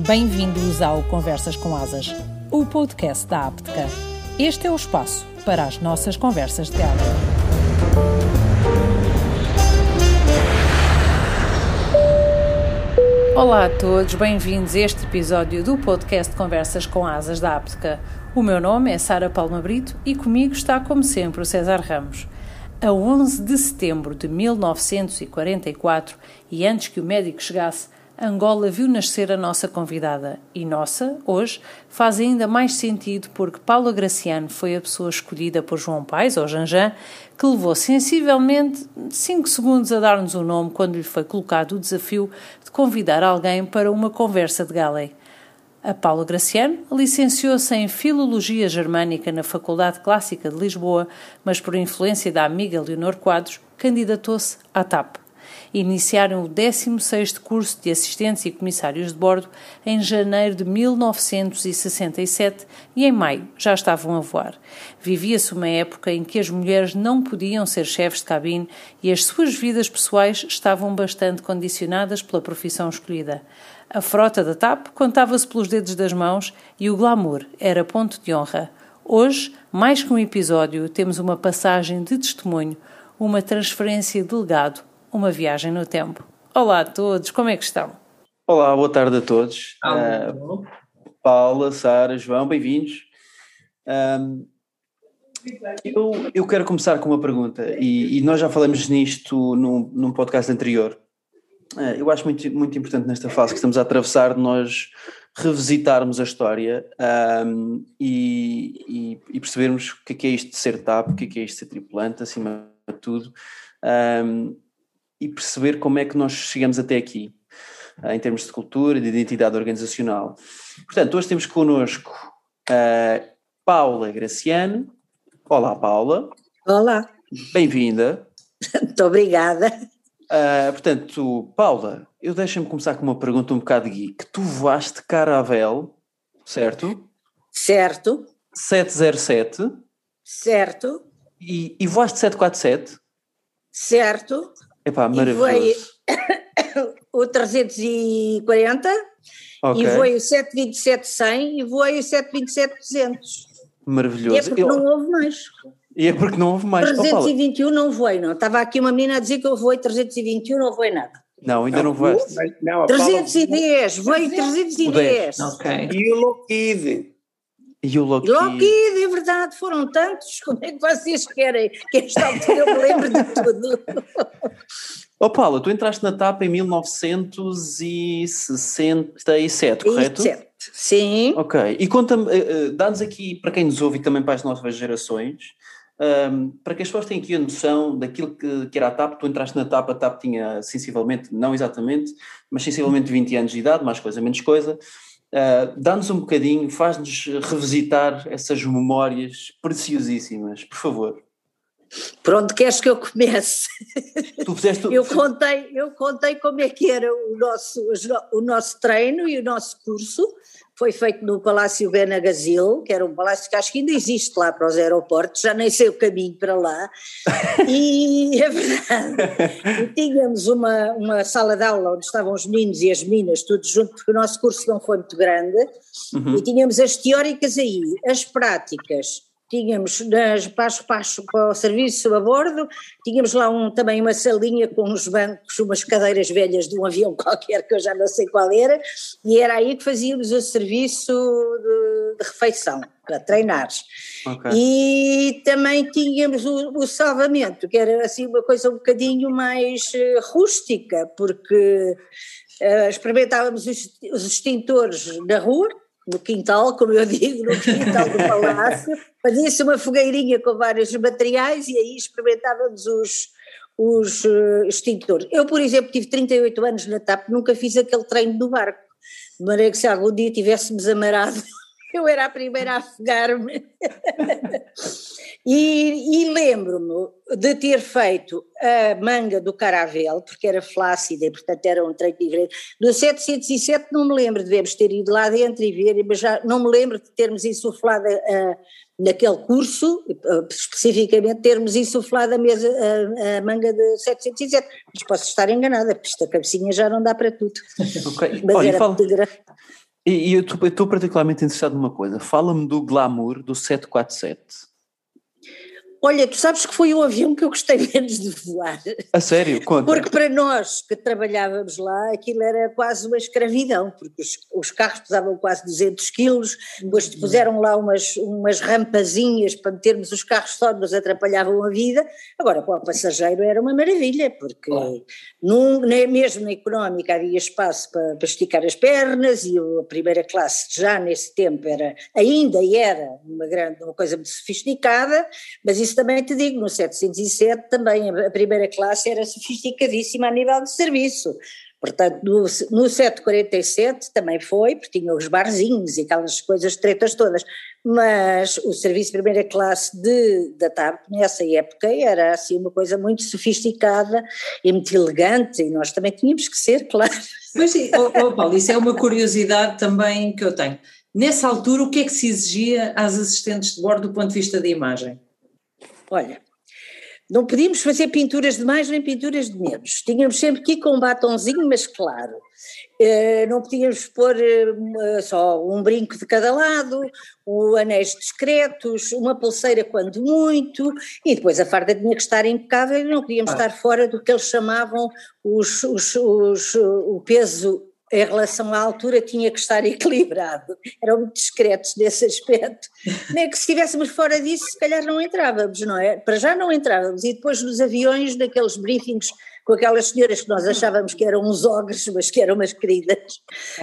Bem-vindos ao Conversas com Asas, o podcast da Apteca. Este é o espaço para as nossas conversas de gala. Olá a todos, bem-vindos a este episódio do podcast Conversas com Asas da Apteca. O meu nome é Sara Palma Brito e comigo está, como sempre, o César Ramos. A 11 de setembro de 1944, e antes que o médico chegasse, Angola viu nascer a nossa convidada. E nossa, hoje, faz ainda mais sentido porque Paula Graciano foi a pessoa escolhida por João Paes, ou Janjan, que levou sensivelmente 5 segundos a dar-nos o nome quando lhe foi colocado o desafio de convidar alguém para uma conversa de gala. A Paula Graciano licenciou-se em Filologia Germânica na Faculdade Clássica de Lisboa, mas por influência da amiga Leonor Quadros, candidatou-se à TAP. Iniciaram o 16º curso de assistentes e comissários de bordo em janeiro de 1967 e em maio já estavam a voar. Vivia-se uma época em que as mulheres não podiam ser chefes de cabine e as suas vidas pessoais estavam bastante condicionadas pela profissão escolhida. A frota da TAP contava-se pelos dedos das mãos e o glamour era ponto de honra. Hoje, mais que um episódio, temos uma passagem de testemunho, uma transferência de legado, uma viagem no tempo. Olá a todos, como é que estão? Olá, boa tarde a todos. Paula, Sara, João, bem-vindos. Eu quero começar com uma pergunta e nós já falamos nisto num podcast anterior. Eu acho muito, muito importante nesta fase que estamos a atravessar nós revisitarmos a história e percebermos o que é isto de ser TAP, o que é isto de ser tripulante, acima de tudo, e perceber como é que nós chegamos até aqui, em termos de cultura e de identidade organizacional. Portanto, hoje temos connosco Paula Graciano. Olá, Paula. Olá. Bem-vinda. Muito obrigada. Portanto, Paula, deixa-me começar com uma pergunta um bocado geek. Tu voaste Caravelle, certo? Certo. 707. Certo. E voaste 747? Certo. Epá, maravilhoso. E voei o 340, okay. E voei o 727-100 e voei o 727-200. Maravilhoso. E é porque não houve mais. E é porque não houve mais. 321 não voei, não. Estava aqui uma menina a dizer que eu voei 321, não voei nada. Não, ainda não voaste. 310, voei 310. Okay. E o Lockheed? Lockheed, é verdade, foram tantos. Como é que vocês querem que esta altura eu me lembre de tudo? Paula, tu entraste na TAP em 1967, correto? 67, sim. Ok, e conta-me, dá-nos aqui, para quem nos ouve e também para as novas gerações, para que as pessoas tenham aqui a noção daquilo que era a TAP. Tu entraste na TAP, a TAP tinha sensivelmente, não exatamente, mas sensivelmente 20 anos de idade, mais coisa, menos coisa. Dá-nos um bocadinho, faz-nos revisitar essas memórias preciosíssimas, por favor. Por onde queres que eu comece? Tu fizeste... eu contei como é que era o nosso treino e o nosso curso. Foi feito no Palácio Benaguazil, que era um palácio que acho que ainda existe lá para os aeroportos, já nem sei o caminho para lá, e é verdade, e tínhamos uma sala de aula onde estavam os meninos e as meninas, tudo junto, porque o nosso curso não foi muito grande, e tínhamos as teóricas aí, as práticas. Tínhamos para o serviço a bordo, tínhamos lá também uma salinha com uns bancos, umas cadeiras velhas de um avião qualquer, que eu já não sei qual era, e era aí que fazíamos o serviço de refeição, para treinar. Okay. E também tínhamos o salvamento, que era assim uma coisa um bocadinho mais rústica, porque experimentávamos os extintores na rua, no quintal, como eu digo, no quintal do palácio, fazia-se uma fogueirinha com vários materiais e aí experimentávamos os extintores. Eu, por exemplo, tive 38 anos na TAP, nunca fiz aquele treino do barco, de maneira que se algum dia tivéssemos amarrado, eu era a primeira a afogar-me. E lembro-me de ter feito a manga do Caravelle, porque era flácida e portanto era um treino diferente. Do 707 não me lembro, devemos ter ido lá dentro e ver, mas já não me lembro de termos insuflado naquele curso, especificamente termos insuflado a manga de 707, mas posso estar enganada, porque esta cabecinha já não dá para tudo. Okay. Mas olha, era E eu estou particularmente interessado numa coisa. Fala-me do glamour do 747. Olha, tu sabes que foi o avião que eu gostei menos de voar. A sério? Conta. Porque para nós que trabalhávamos lá, aquilo era quase uma escravidão, porque os carros pesavam quase 200 quilos, depois puseram lá umas rampazinhas para metermos os carros só, nos atrapalhavam a vida. Agora, para o passageiro era uma maravilha, porque mesmo na económica havia espaço para esticar as pernas, e a primeira classe já nesse tempo ainda era uma coisa muito sofisticada, mas isso também te digo, no 707 também a primeira classe era sofisticadíssima a nível de serviço. Portanto, no 747 também foi, porque tinha os barzinhos e aquelas coisas tretas todas, mas o serviço de primeira classe da TAP nessa época era assim uma coisa muito sofisticada e muito elegante, e nós também tínhamos que ser, claro. Mas Paulo, isso é uma curiosidade também que eu tenho. Nessa altura, o que é que se exigia às assistentes de bordo do ponto de vista da imagem? Olha, não podíamos fazer pinturas de mais nem pinturas de menos, tínhamos sempre que ir com um batonzinho, mas claro, não podíamos pôr só um brinco de cada lado, anéis discretos, uma pulseira quando muito, e depois a farda tinha que estar impecável e não podíamos estar fora do que eles chamavam o peso. Em relação à altura tinha que estar equilibrado, eram muito discretos nesse aspecto, nem que se estivéssemos fora disso se calhar não entrávamos, não é? Para já não entrávamos, e depois nos aviões, naqueles briefings com aquelas senhoras que nós achávamos que eram uns ogres, mas que eram umas queridas,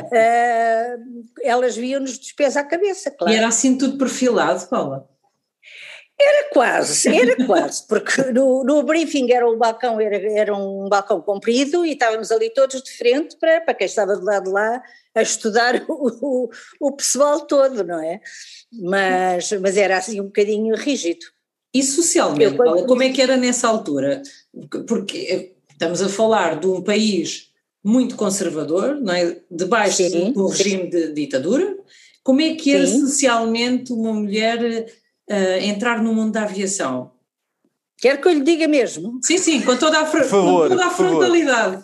elas viam-nos dos pés à cabeça, claro. E era assim tudo perfilado, Paula? Era quase, porque no briefing era um balcão comprido e estávamos ali todos de frente para quem estava do lado de lá a estudar o pessoal todo, não é? Mas era assim um bocadinho rígido. E socialmente, Paula, como é que era nessa altura? Porque estamos a falar de um país muito conservador, não é? Debaixo de um regime de ditadura. Como é que era socialmente uma mulher entrar no mundo da aviação? Quer que eu lhe diga mesmo? Sim, com toda a frontalidade.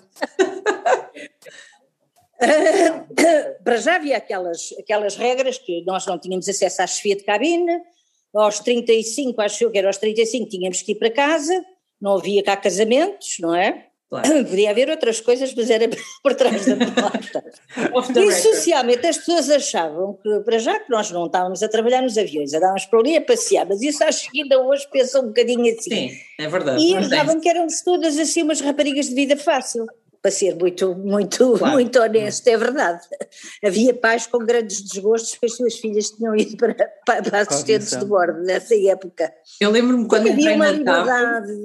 Para já havia aquelas regras que nós não tínhamos acesso à chefia de cabine, aos 35, acho que era aos 35 tínhamos que ir para casa, não havia cá casamentos, não é? Claro. Podia haver outras coisas, mas era por trás da porta. E socialmente as pessoas achavam que, para já que nós não estávamos a trabalhar nos aviões, andávamos para ali a passear, mas isso acho que ainda hoje pensam um bocadinho assim. Sim, é verdade. E achavam que eram todas assim umas raparigas de vida fácil, para ser muito honesto, é verdade. Havia pais com grandes desgostos que as suas filhas tinham ido para assistentes de bordo nessa época. Eu lembro-me quando entrei na TAP. Havia uma liberdade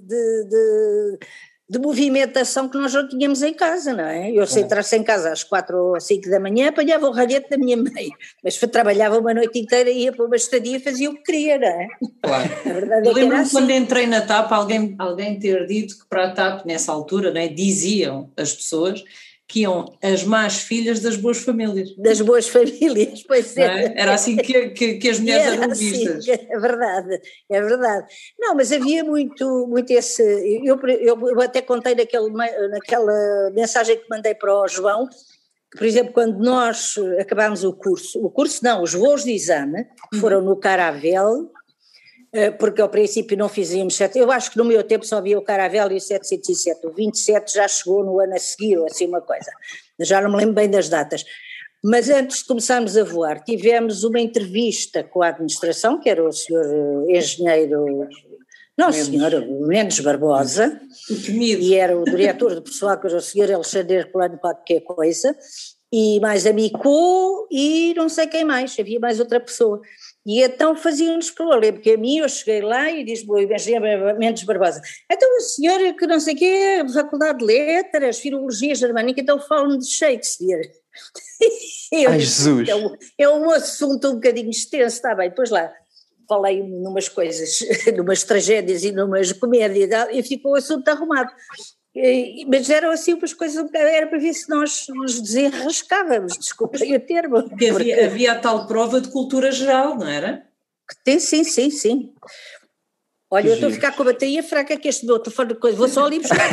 de movimentação que nós não tínhamos em casa, não é? Eu se entrasse em casa às 4 ou 5 da manhã apanhava o ralhete da minha mãe, mas trabalhava uma noite inteira, ia para uma estadia e fazia o que queria, não é? Claro. A verdade eu lembro-me assim. Quando entrei na TAP, alguém ter dito que para a TAP nessa altura, não é, diziam as pessoas que iam as más filhas das boas famílias. Das boas famílias, pois é. Era assim que as mulheres eram vistas. É verdade. Não, mas havia muito esse… Eu até contei naquela mensagem que mandei para o João, que, por exemplo, quando nós acabámos os voos de exame, foram no Caravelle, porque ao princípio não fizíamos, eu acho que no meu tempo só havia o Caravelle e o 707, o 27 já chegou no ano a seguir, ou assim uma coisa, já não me lembro bem das datas, mas antes de começarmos a voar tivemos uma entrevista com a administração, que era o senhor engenheiro, senhor Mendes Barbosa, e era o diretor do pessoal, que era o senhor Alexandre Herculano qualquer coisa, e mais a Micô e não sei quem mais, havia mais outra pessoa. E então faziam-nos problema, porque a mim eu cheguei lá e disse-me o engenheiro Mendes Barbosa, então o senhor que não sei o quê, Faculdade de Letras, Filologia Germânica, então fala-me de Shakespeare. Ai, Jesus! É um assunto um bocadinho extenso, está bem, depois lá falei numas coisas, numas tragédias e numas comédias e ficou o assunto arrumado. Mas eram assim umas coisas, era para ver se nós nos desenrascávamos, desculpem o termo. Porque havia a tal prova de cultura geral, não era? Sim. Olha, eu estou a ficar com a bateria fraca que este meu telefone de coisa, vou só ali buscar.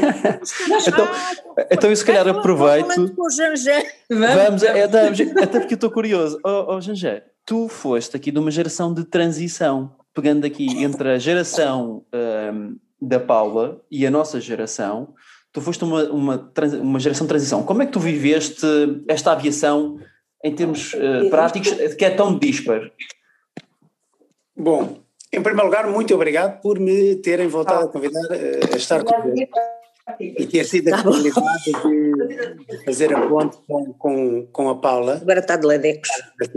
Então eu se calhar aproveito. Com o Jangé. Vamos, até porque eu estou curioso. Jangé, tu foste aqui de uma geração de transição, pegando aqui entre a geração da Paula e a nossa geração, tu foste uma geração de transição. Como é que tu viveste esta aviação em termos práticos, que é tão dispar? Bom, em primeiro lugar, muito obrigado por me terem voltado a convidar a estar comigo e ter sido a possibilidade de fazer a ponte com a Paula. Agora está de ledecos.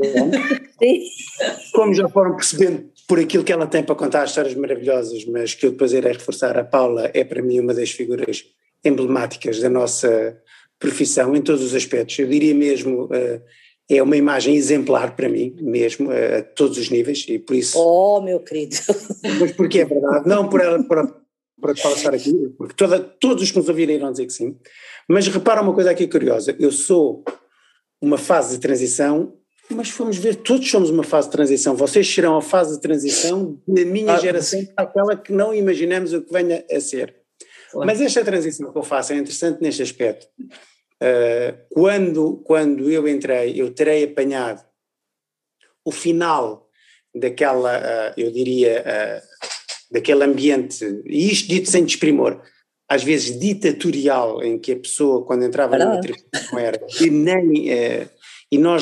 Como já foram percebendo por aquilo que ela tem para contar, histórias maravilhosas, mas que eu depois irei reforçar, a Paula é para mim uma das figuras emblemáticas da nossa profissão em todos os aspectos. Eu diria mesmo, é uma imagem exemplar para mim mesmo, a todos os níveis, e por isso... Oh, meu querido! Mas porque é verdade, não por ela, para Paula estar aqui, porque todos os que nos ouvirem irão dizer que sim, mas repara uma coisa aqui curiosa, eu sou uma fase de transição, mas fomos ver, todos somos uma fase de transição, vocês serão a fase de transição da minha geração, aquela que não imaginamos o que venha a ser. Mas esta transição que eu faço é interessante neste aspecto. Quando eu entrei, eu terei apanhado o final daquela, eu diria, daquele ambiente, e isto dito sem desprimor, às vezes ditatorial, em que a pessoa, quando entrava numa tripulação, era e nem... E nós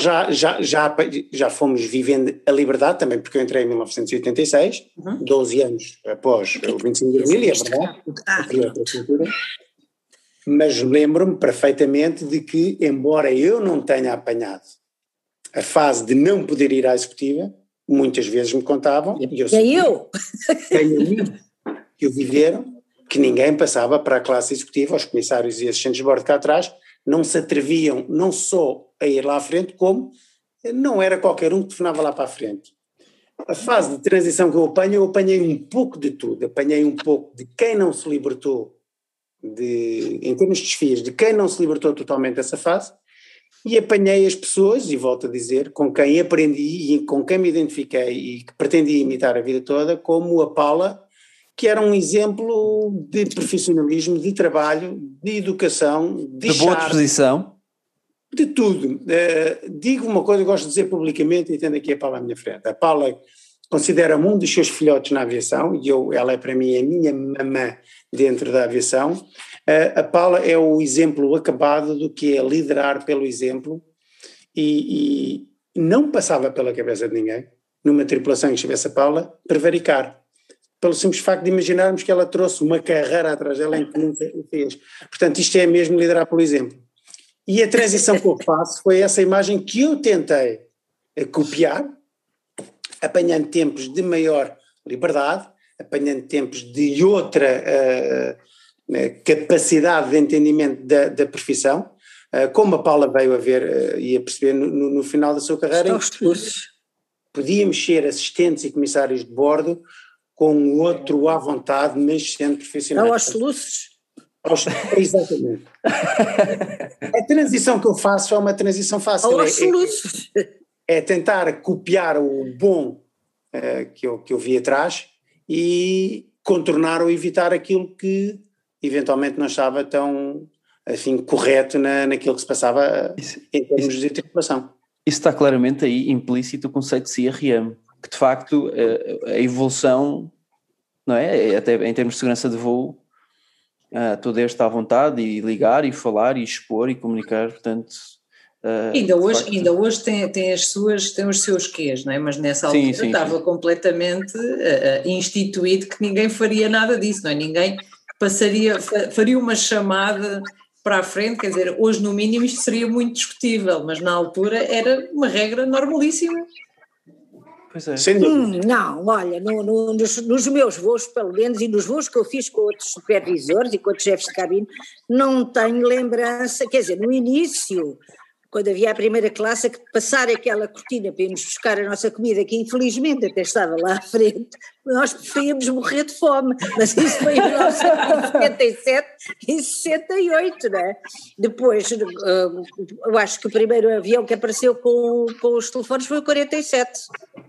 já fomos vivendo a liberdade também, porque eu entrei em 1986, 12 anos após o 25 de abril, e é verdade, mas lembro-me perfeitamente de que, embora eu não tenha apanhado a fase de não poder ir à executiva, muitas vezes me contavam, e eu tenho amigos que o viveram, que ninguém passava para a classe executiva, os comissários e assistentes de bordo cá atrás, não se atreviam não só a ir lá à frente, como não era qualquer um que telefonava lá para a frente. A fase de transição que eu apanhei um pouco de tudo, apanhei um pouco de quem não se libertou, em termos de desfios, de quem não se libertou totalmente dessa fase, e apanhei as pessoas, e volto a dizer, com quem aprendi e com quem me identifiquei e que pretendi imitar a vida toda, como a Paula, que era um exemplo de profissionalismo, de trabalho, de educação, de boa disposição. De tudo. Digo uma coisa, gosto de dizer publicamente, e tendo aqui a Paula à minha frente. A Paula considera-me um dos seus filhotes na aviação, e ela é para mim a minha mamã dentro da aviação. A Paula é o exemplo acabado do que é liderar pelo exemplo, e não passava pela cabeça de ninguém, numa tripulação que estivesse a Paula, prevaricar. Pelo simples facto de imaginarmos que ela trouxe uma carreira atrás dela em que nunca o fez. Portanto, isto é mesmo liderar pelo exemplo. E a transição que eu faço foi essa imagem que eu tentei copiar, apanhando tempos de maior liberdade, apanhando tempos de outra capacidade de entendimento da profissão, como a Paula veio a ver e a perceber no final da sua carreira, podíamos ser assistentes e comissários de bordo com o outro à vontade, mas sendo profissionais. Não aos soluços. Exatamente. A transição que eu faço é uma transição fácil. É tentar copiar o bom que eu vi atrás e contornar ou evitar aquilo que eventualmente não estava tão correto naquilo que se passava em termos de tripulação. Isso está claramente aí implícito o conceito de CRM, que de facto a evolução, não é? Até em termos de segurança de voo, todo este à vontade e ligar e falar e expor e comunicar, portanto... Ainda hoje tem os seus quês, não é? Mas nessa altura estava completamente instituído que ninguém faria nada disso, não é? Ninguém faria uma chamada para a frente, quer dizer, hoje no mínimo isto seria muito discutível, mas na altura era uma regra normalíssima. Pois é. Não, olha, nos meus voos, pelo menos, e nos voos que eu fiz com outros supervisores e com outros chefes de cabine, não tenho lembrança, quer dizer, no início, quando havia a primeira classe, que passar aquela cortina para irmos buscar a nossa comida, que infelizmente até estava lá à frente, nós preferíamos morrer de fome, mas isso foi em 1977 e 68, não é? Depois, eu acho que o primeiro avião que apareceu com os telefones foi o 47.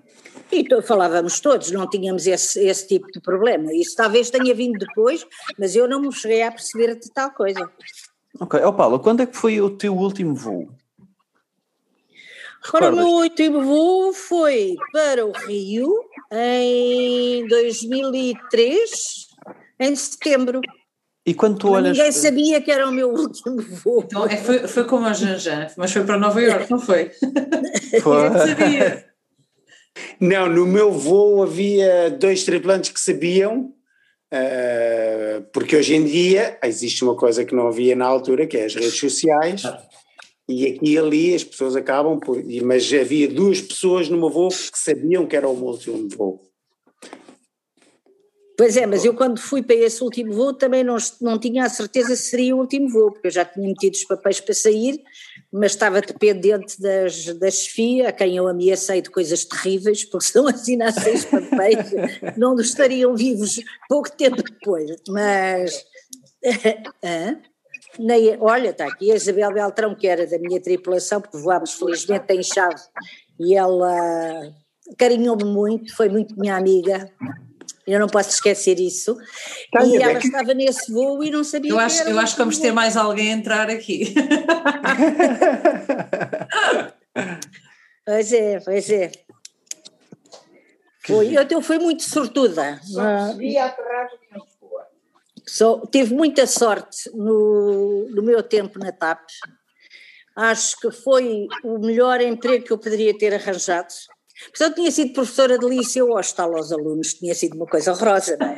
E falávamos todos, não tínhamos esse tipo de problema. Isso talvez tenha vindo depois, mas eu não me cheguei a perceber de tal coisa. Ok. Paula, quando é que foi o teu último voo? Ora, o meu último voo foi para o Rio em 2003, em setembro. E quando tu olhas... Ninguém sabia que era o meu último voo. Então, foi como a Janjan, mas foi para Nova Iorque, não foi? Foi. Ninguém sabia. Não, no meu voo havia 2 tripulantes que sabiam, porque hoje em dia existe uma coisa que não havia na altura, que é as redes sociais, e aqui e ali as pessoas acabam por... Mas havia 2 pessoas no meu voo que sabiam que era o meu último voo. Pois é, mas eu quando fui para esse último voo também não tinha a certeza se seria o último voo, porque eu já tinha metido os papéis para sair, mas estava dependente da chefia, a quem eu ameacei de coisas terríveis, porque se não assinassem os papéis não estariam vivos pouco tempo depois, mas... Olha, está aqui a Isabel Beltrão, que era da minha tripulação, porque voámos felizmente em chave, e ela carinhou-me muito, foi muito minha amiga. Eu não posso esquecer isso. E ela estava nesse voo e não sabia eu acho que vamos ter mais alguém a entrar aqui. Pois é. Eu fui muito sortuda. Tive muita sorte no meu tempo na TAP. Acho que foi o melhor emprego que eu poderia ter arranjado. Porque eu tinha sido professora de liceu hostal aos alunos, tinha sido uma coisa horrorosa, não é?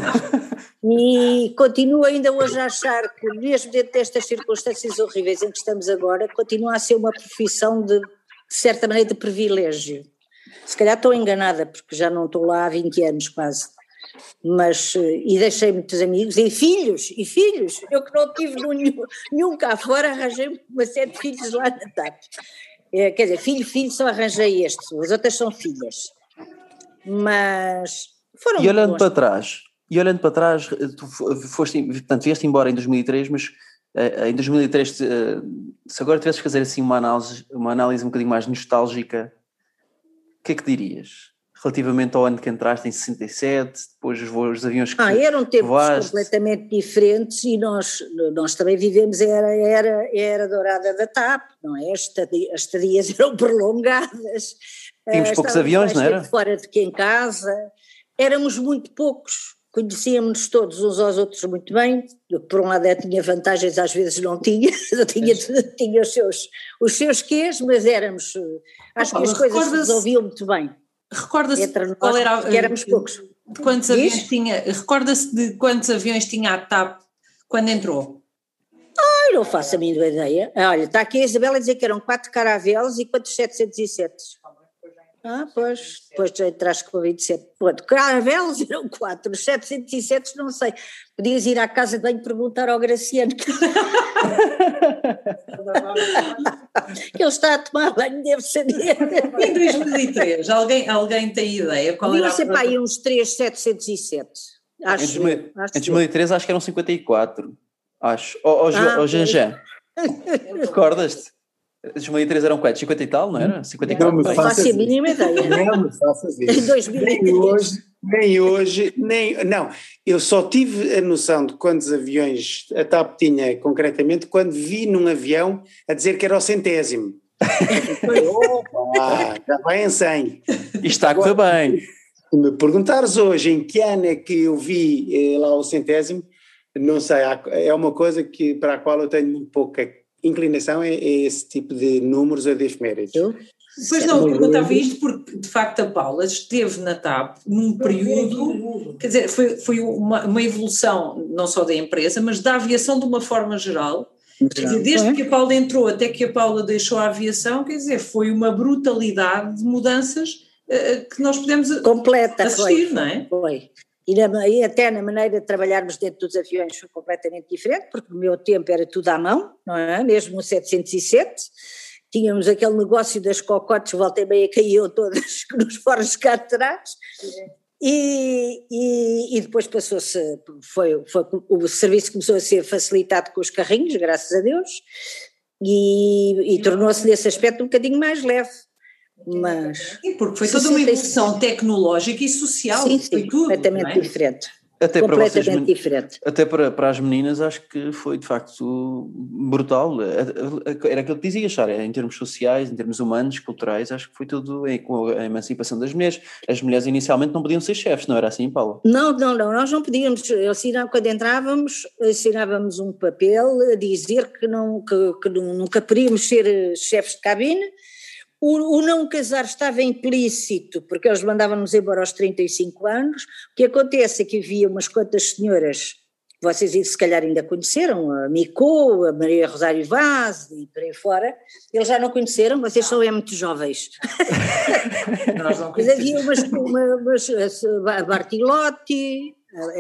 E continuo ainda hoje a achar que, mesmo dentro destas circunstâncias horríveis em que estamos agora, continua a ser uma profissão de certa maneira de privilégio. Se calhar estou enganada, porque já não estou lá há 20 anos quase. Mas, e deixei muitos amigos, e filhos, eu que não tive nenhum cá fora, arranjei uma série de filhos lá na TAP. Quer dizer, filho, só arranjei este, as outras são filhas. Mas foram E olhando para trás, tu portanto, vieste embora em 2003, mas em 2003, se agora tivesses que fazer assim uma análise um bocadinho mais nostálgica, o que é que dirias? Relativamente ao ano que entraste em 67, depois os aviões que eram tempos completamente diferentes e nós também vivemos a era dourada da TAP, não é? As estadias eram prolongadas. Tínhamos poucos aviões, não era? Fora de que em casa, éramos muito poucos, conhecíamos todos uns aos outros muito bem, por um lado tinha vantagens, às vezes não tinha, tinha os seus quês, mas éramos, acho que as coisas se resolviam muito bem. Recorda-se qual era que éramos poucos. De quantos aviões tinha? Recorda-se de quantos aviões tinha a TAP quando entrou? Não faço a mínima ideia. Olha, está aqui a Isabela a dizer que eram 4 Caraveles e quantos 707? Pois já entraste com 27. Pronto, Caraveles eram 4, os 707 não sei. Podias ir à casa de banho perguntar ao Graciano. Que ele está a tomar banho, deve saber. Em 2003, alguém tem ideia? Qual era? Devia ser para aí uns 3,707. Em 2003 acho que eram 54. Acho. Janjan, recordas-te? Em 2003 eram quantos? 50 e tal, não era? 54. Não faço a mínima ideia. Não me faças isso. Em 2003. Nem hoje. Não, eu só tive a noção de quantos aviões a TAP tinha concretamente quando vi num avião a dizer que era o 100º. Já vai em 100. Isto está a correr bem. Se me perguntares hoje em que ano é que eu vi lá o 100º, não sei, é uma coisa para a qual eu tenho muito pouca inclinação, é esse tipo de números ou de efemérides. Pois não, eu perguntava isto porque, de facto, a Paula esteve na TAP num período, quer dizer, foi uma evolução não só da empresa, mas da aviação de uma forma geral. Quer dizer, desde que a Paula entrou até que a Paula deixou a aviação, quer dizer, foi uma brutalidade de mudanças que nós podemos assistir, não é? Foi. E até na maneira de trabalharmos dentro dos aviões foi completamente diferente, porque no meu tempo era tudo à mão, não é? Mesmo no 707, tínhamos aquele negócio das cocotes, volta e meia caíam todas nos foros cá atrás, e depois passou-se, o serviço começou a ser facilitado com os carrinhos, graças a Deus, e tornou-se nesse aspecto um bocadinho mais leve. mas... Porque foi toda uma evolução tecnológica e social, sim, foi tudo, completamente diferente. Até completamente para vocês, diferente. Até para as meninas acho que foi de facto brutal. Era aquilo que dizias, Sara, em termos sociais, em termos humanos, culturais, acho que foi tudo com a emancipação das mulheres. As mulheres inicialmente não podiam ser chefes, não era assim, Paula? Não, nós não podíamos. Quando entrávamos, assinávamos um papel a dizer que nunca podíamos ser chefes de cabine. O não casar estava implícito, porque eles mandavam-nos embora aos 35 anos. O que acontece é que havia umas quantas senhoras, que vocês se calhar ainda conheceram, a Micô, a Maria Rosário Vaz e por aí fora, eles já não conheceram, vocês são muito jovens. Nós não Mas havia a Bartilotti,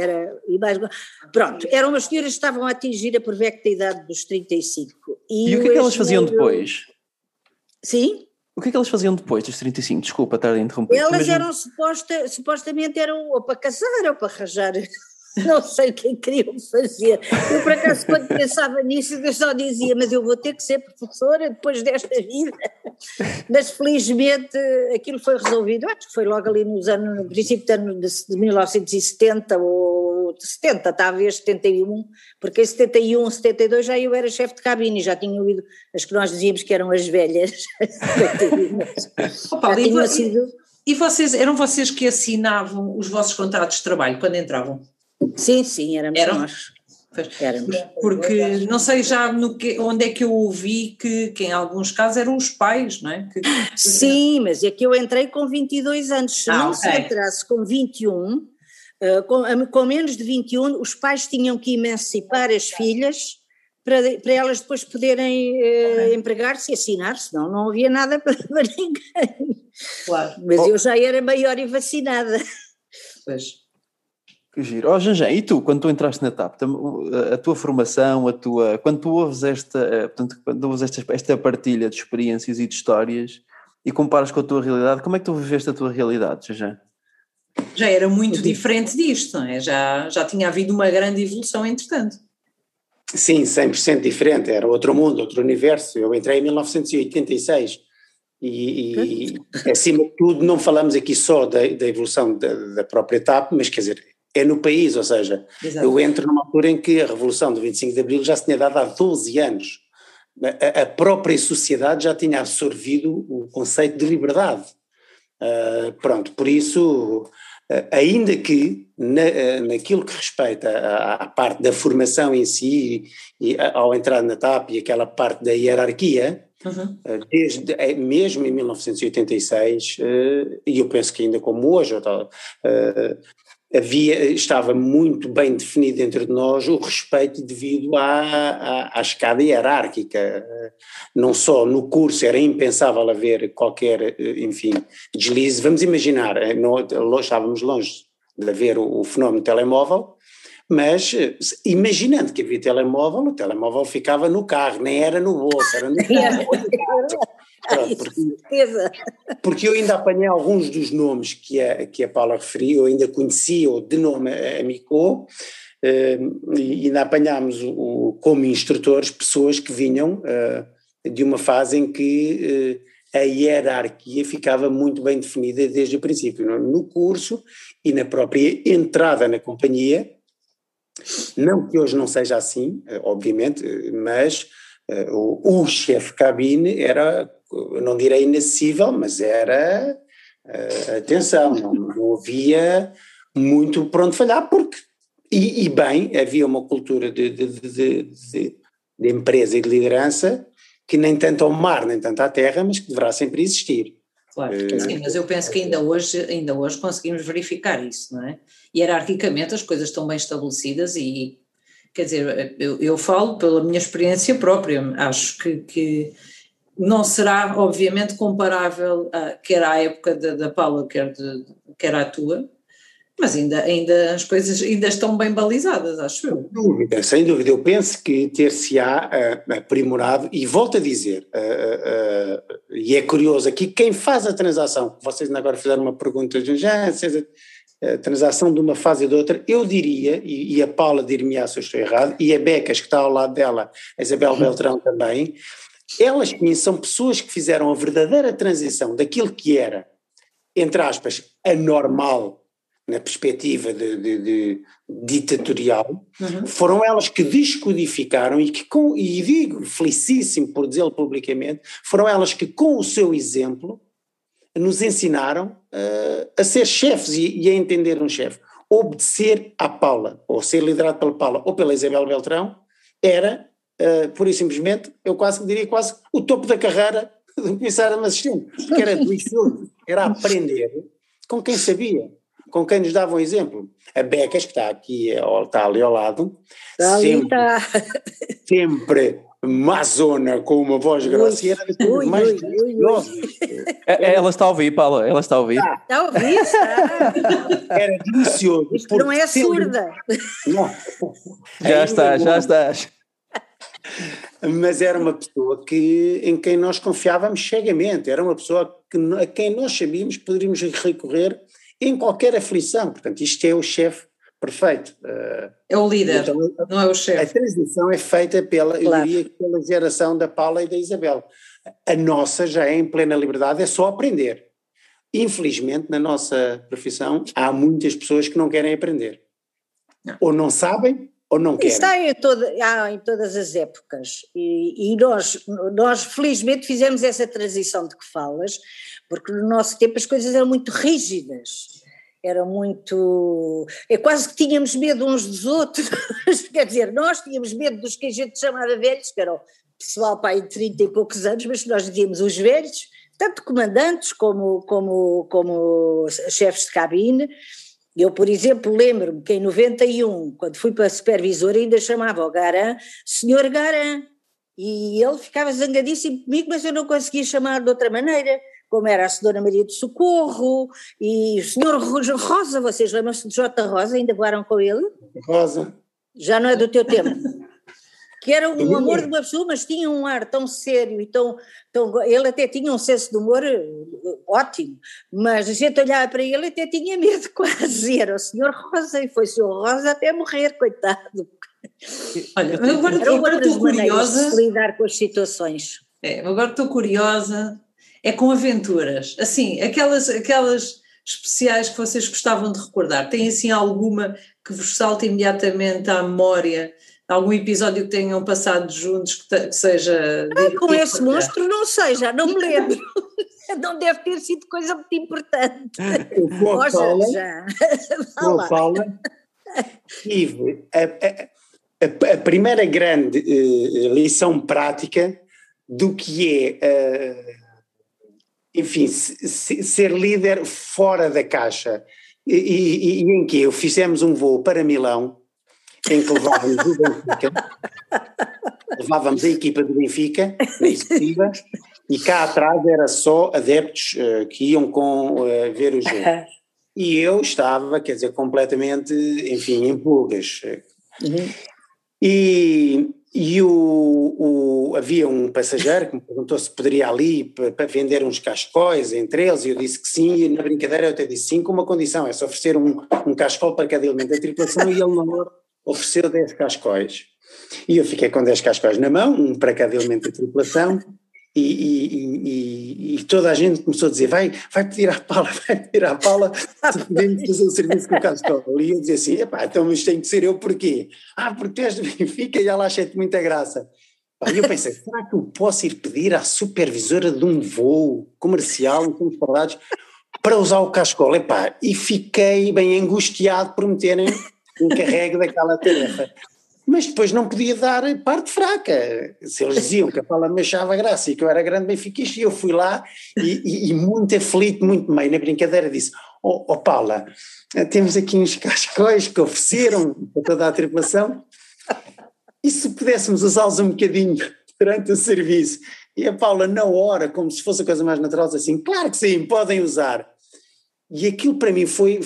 eram umas senhoras que estavam a atingir a provecta idade dos 35. E o que é que elas faziam depois? Sim? O que é que elas faziam depois dos 35? Desculpa estar a interromper. Elas eram supostamente eram ou para casar ou para arranjar, não sei o que queriam fazer. Eu por acaso quando pensava nisso eu só dizia, mas eu vou ter que ser professora depois desta vida. Mas felizmente aquilo foi resolvido, acho que foi logo ali no princípio de 1970 ou 70, talvez 71, porque em 71, 72 já eu era chefe de cabine e já tinha ouído as que nós dizíamos que eram as velhas. E eram vocês que assinavam os vossos contratos de trabalho quando entravam? Sim, éramos nós. Éramos. Porque não sei já onde é que eu ouvi que em alguns casos eram os pais, não é? Sim, mas é que eu entrei com 22 anos, se não se entrasse com 21, com menos de 21, os pais tinham que emancipar as filhas para elas depois poderem empregar-se e assinar, senão não havia nada para ninguém. Claro. Mas eu já era maior e vacinada. Pois. Que giro. Jean, e tu, quando tu entraste na TAP, a tua formação, quando tu ouves esta partilha de experiências e de histórias e comparas com a tua realidade, como é que tu viveste a tua realidade, Jean? Já era muito diferente disto, não é? Já tinha havido uma grande evolução entretanto. Sim, 100% diferente, era outro mundo, outro universo. Eu entrei em 1986 e acima de tudo não falamos aqui só da evolução da própria TAP, mas quer dizer, é no país, ou seja, exato. Eu entro numa altura em que a Revolução do 25 de Abril já se tinha dado há 12 anos. A própria sociedade já tinha absorvido o conceito de liberdade. Por isso, ainda que naquilo que respeita à parte da formação em si, e ao entrar na TAP e aquela parte da hierarquia, mesmo em 1986, e eu penso que ainda como hoje, estava muito bem definido entre nós o respeito devido à escada hierárquica. Não só no curso era impensável haver qualquer, deslize. Vamos imaginar, estávamos longe de haver o fenómeno telemóvel, mas imaginando que havia telemóvel, o telemóvel ficava no carro, nem era no bolso, era no carro. Porque eu ainda apanhei alguns dos nomes que a Paula referiu, eu ainda conhecia de nome a Micô, e ainda apanhámos como instrutores pessoas que vinham de uma fase em que a hierarquia ficava muito bem definida desde o princípio, no curso e na própria entrada na companhia. Não que hoje não seja assim, obviamente, mas o chefe de cabine era, não direi inacessível, mas era, atenção, não havia muito por onde falhar, porque, e bem, havia uma cultura de empresa e de liderança que nem tanto ao mar, nem tanto à terra, mas que deverá sempre existir. Claro, sim, mas eu penso que ainda hoje conseguimos verificar isso, não é? Hierarquicamente as coisas estão bem estabelecidas e, quer dizer, eu falo pela minha experiência própria, acho que não será obviamente comparável quer à época da Paula, quer à tua, mas ainda as coisas ainda estão bem balizadas, acho eu. Sem dúvida, eu penso que ter-se-á aprimorado, e volto a dizer, e é curioso aqui, quem faz a transação, vocês ainda agora fizeram uma pergunta, a transação de uma fase e de outra, eu diria, e a Paula dir-me-á se eu estou errado, e a Becas que está ao lado dela, a Isabel Beltrão também, Elas são pessoas que fizeram a verdadeira transição daquilo que era, entre aspas, anormal, na perspectiva de ditatorial, foram elas que descodificaram e digo felicíssimo por dizê-lo publicamente, foram elas que com o seu exemplo nos ensinaram a ser chefes e a entender um chefe. Obedecer à Paula, ou ser liderado pela Paula ou pela Isabel Beltrão, era, pura e simplesmente, eu diria quase o topo da carreira do comissário assistente, porque era delicioso, era aprender com quem sabia, com quem nos dava um exemplo. A Becas, que está aqui, está ali ao lado, sempre mazona, com uma voz grossa, e era das coisas mais deliciosas. Ela está a ouvir, Paula, ela está a ouvir. Está a ouvir, está. Era delicioso. Isto não é surda. Não. Já estás. Mas era uma pessoa em quem nós confiávamos cegamente, era uma pessoa a quem nós sabíamos que poderíamos recorrer em qualquer aflição. Portanto, isto é o chefe perfeito. É o líder, então, não é o chefe. A transição é feita pela geração da Paula e da Isabel. A nossa já é em plena liberdade, é só aprender. Infelizmente, na nossa profissão, há muitas pessoas que não querem aprender. Não. Ou não sabem, ou não querem. Isso há em todas as épocas. E nós, felizmente, fizemos essa transição de que falas, porque no nosso tempo as coisas eram muito rígidas. Era muito... quase que tínhamos medo uns dos outros. Quer dizer, nós tínhamos medo dos que a gente chamava velhos, que eram pessoal para aí de 30 e poucos anos, mas nós dizíamos os velhos, tanto comandantes como chefes de cabine. Eu, por exemplo, lembro-me que em 91, quando fui para a supervisora, ainda chamava o Garan Senhor Garan, e ele ficava zangadíssimo comigo, mas eu não conseguia chamar de outra maneira, como era a Senhora Maria de Socorro, e o Senhor Rosa, vocês lembram-se de J. Rosa, ainda voaram com ele? Rosa. Já não é do teu tempo. Que era um amor de uma pessoa, mas tinha um ar tão sério e tão ele até tinha um senso de humor ótimo, mas a gente olhava para ele e até tinha medo quase, era o Senhor Rosa e foi o Senhor Rosa até morrer, coitado. Olha, agora estou curiosa de lidar com as situações. Agora estou curiosa, com aventuras, assim, aquelas especiais que vocês gostavam de recordar, tem assim alguma que vos salta imediatamente à memória? Algum episódio que tenham passado juntos que seja... com esse monstro não sei, já não me lembro. Não deve ter sido coisa muito importante. Paula, tive a primeira grande lição prática do que é, enfim, ser líder fora da caixa. E em que fizemos um voo para Milão, em que levávamos o Benfica, levávamos a equipa do Benfica, na executiva, e cá atrás era só adeptos que iam ver o jogo. E eu estava, quer dizer, completamente, enfim, em pulgas. Uhum. E havia um passageiro que me perguntou se poderia ali para vender uns cascóis entre eles, e eu disse que sim, e na brincadeira eu até disse sim, com uma condição, é só oferecer um cascol para cada elemento da tripulação, e ele não ofereceu 10 cascóis. E eu fiquei com 10 cascóis na mão, um para cada elemento da tripulação, e toda a gente começou a dizer, vai pedir à Paula se podemos fazer o serviço com o cascol. E eu dizia assim, então isto tem que ser eu porquê? Porque tu és do Benfica e ela achei-te muita graça. E eu pensei, será que eu posso ir pedir à supervisora de um voo comercial, em termos falados, para usar o cascol? E fiquei bem angustiado por me terem encarregue daquela tarefa. Mas depois não podia dar parte fraca. Se eles diziam que a Paula me achava graça e que eu era grande benfiquista, eu fui lá e muito aflito, muito meio na brincadeira, disse, Paula, temos aqui uns cascóis que ofereceram para toda a tripulação, e se pudéssemos usá-los um bocadinho durante o serviço? E a Paula, na hora, como se fosse a coisa mais natural, disse assim, claro que sim, podem usar. E aquilo para mim foi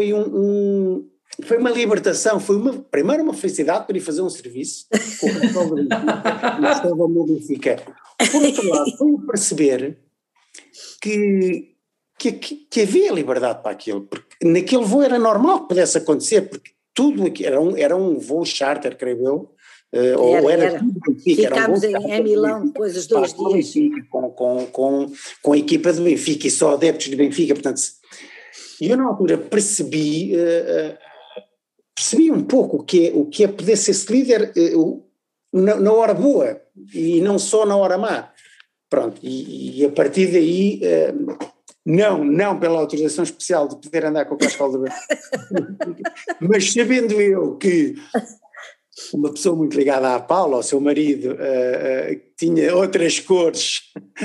uma libertação, primeiro uma felicidade para ir fazer um serviço com o cascol do Benfica. Por outro lado, foi perceber que havia liberdade para aquilo, porque naquele voo era normal que pudesse acontecer, porque tudo aqui era um voo charter, creio eu, ou era tudo Benfica. Ficámos em Milão depois dos 2 dias. Com a equipa do Benfica e só adeptos do Benfica, portanto, e eu na altura percebi um pouco o que é poder ser líder na hora boa e não só na hora má. Pronto, e a partir daí, não pela autorização especial de poder andar com o Cascal do Benfica, mas sabendo eu que uma pessoa muito ligada à Paula, ao seu marido, tinha outras cores.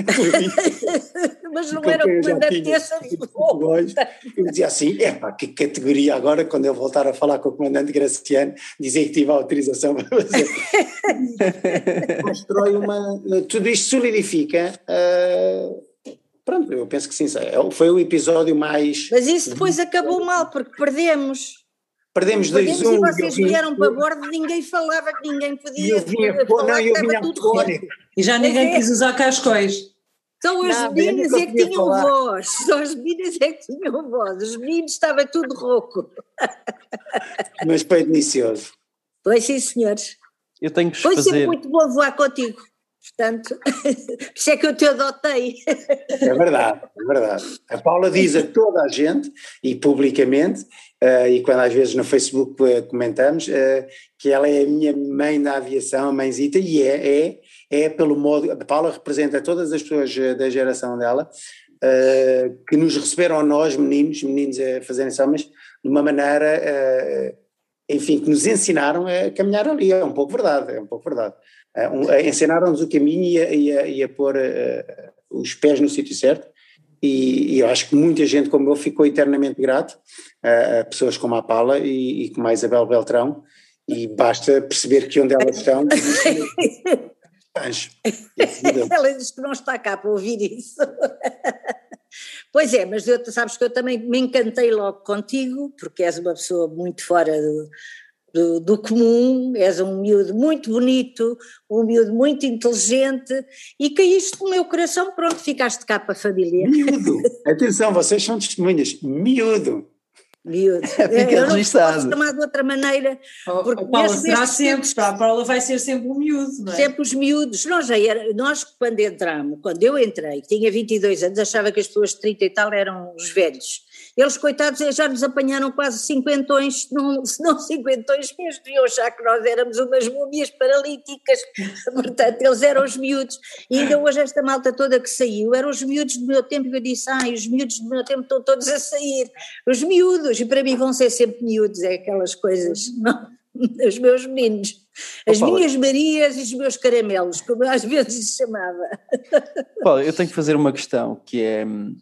Mas não era o comandante dessa eu dizia assim, que categoria agora, quando eu voltar a falar com o comandante Graciano, dizer que tive a autorização para fazer. Constrói tudo isto solidifica, pronto, eu penso que sim, foi o episódio mais... Mas isso depois acabou mal, porque perdemos 2-1. E vocês vieram para bordo, ninguém falava, que ninguém podia falar, que estava tudo roto. E já ninguém quis usar cascóis. Só as meninas é que tinham voz, só as meninas é que tinham voz, os meninos estava tudo rouco. Mas foi delicioso. Foi sim, senhores. Eu tenho que foi sempre muito bom voar contigo, portanto, por isso é que eu te adotei. É verdade. A Paula diz a toda a gente, e publicamente, e quando às vezes no Facebook comentamos, que ela é a minha mãe da aviação, a mãezita, e é pelo modo, a Paula representa todas as pessoas da geração dela, que nos receberam a nós, meninos a fazerem mas de uma maneira, enfim, que nos ensinaram a caminhar ali, é um pouco verdade. Ensinaram-nos o caminho e a pôr os pés no sítio certo, e eu acho que muita gente como eu ficou eternamente grato a pessoas como a Paula e como a Isabel Beltrão, e basta perceber que onde elas estão... Ela diz que não está cá para ouvir isso. Pois é, mas sabes que eu também me encantei logo contigo, porque és uma pessoa muito fora do comum, és um miúdo muito bonito, um miúdo muito inteligente, e caíste no meu coração, pronto, ficaste cá para a família. Miúdo, atenção, vocês são testemunhas, miúdo. Fica registado. Não posso chamar de outra maneira. Porque Paula será sempre, a Paula vai ser sempre um miúdo, não é? Sempre os miúdos. Nós quando eu entrei, tinha 22 anos, achava que as pessoas de 30 e tal eram os velhos. Eles, coitados, já nos apanharam quase cinquentões, se não cinquentões mesmo, deviam achar que nós éramos umas múmias paralíticas, portanto eles eram os miúdos, e ainda hoje esta malta toda que saiu, eram os miúdos do meu tempo, e eu disse, os miúdos do meu tempo estão todos a sair, os miúdos, e para mim vão ser sempre miúdos, é aquelas coisas, não, os meus meninos, as minhas Marias e os meus caramelos, como eu às vezes chamava. Paulo, eu tenho que fazer uma questão, que é...